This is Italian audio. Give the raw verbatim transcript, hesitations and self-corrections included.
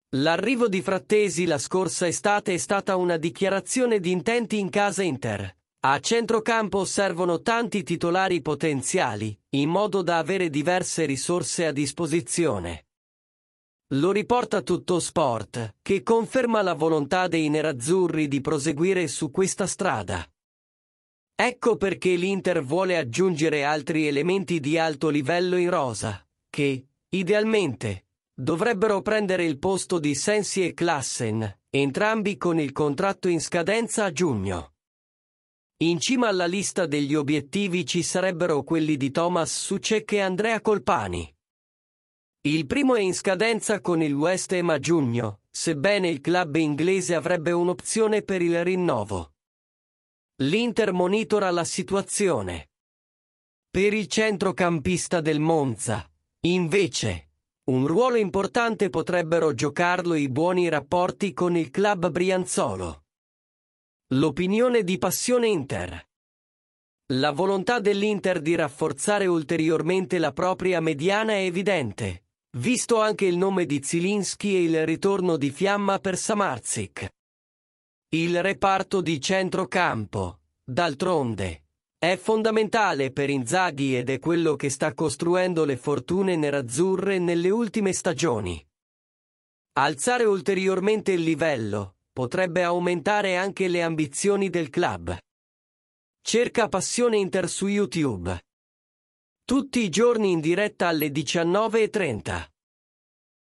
L'arrivo di Frattesi la scorsa estate è stata una dichiarazione di intenti in casa Inter. A centrocampo servono tanti titolari potenziali, in modo da avere diverse risorse a disposizione. Lo riporta Tuttosport, che conferma la volontà dei nerazzurri di proseguire su questa strada. Ecco perché l'Inter vuole aggiungere altri elementi di alto livello in rosa, che, idealmente, dovrebbero prendere il posto di Sensi e Klassen, entrambi con il contratto in scadenza a giugno. In cima alla lista degli obiettivi ci sarebbero quelli di Thomas Souček e Andrea Colpani. Il primo è in scadenza con il West Ham a giugno, sebbene il club inglese avrebbe un'opzione per il rinnovo. L'Inter monitora la situazione. Per il centrocampista del Monza, invece, un ruolo importante potrebbero giocarlo i buoni rapporti con il club brianzolo. L'opinione di Passione Inter. La volontà dell'Inter di rafforzare ulteriormente la propria mediana è evidente, visto anche il nome di Zielinski e il ritorno di fiamma per Samardzic. Il reparto di centrocampo, d'altronde, è fondamentale per Inzaghi ed è quello che sta costruendo le fortune nerazzurre nelle ultime stagioni. Alzare ulteriormente il livello potrebbe aumentare anche le ambizioni del club. Cerca Passione Inter su YouTube. Tutti i giorni in diretta alle diciannove e trenta.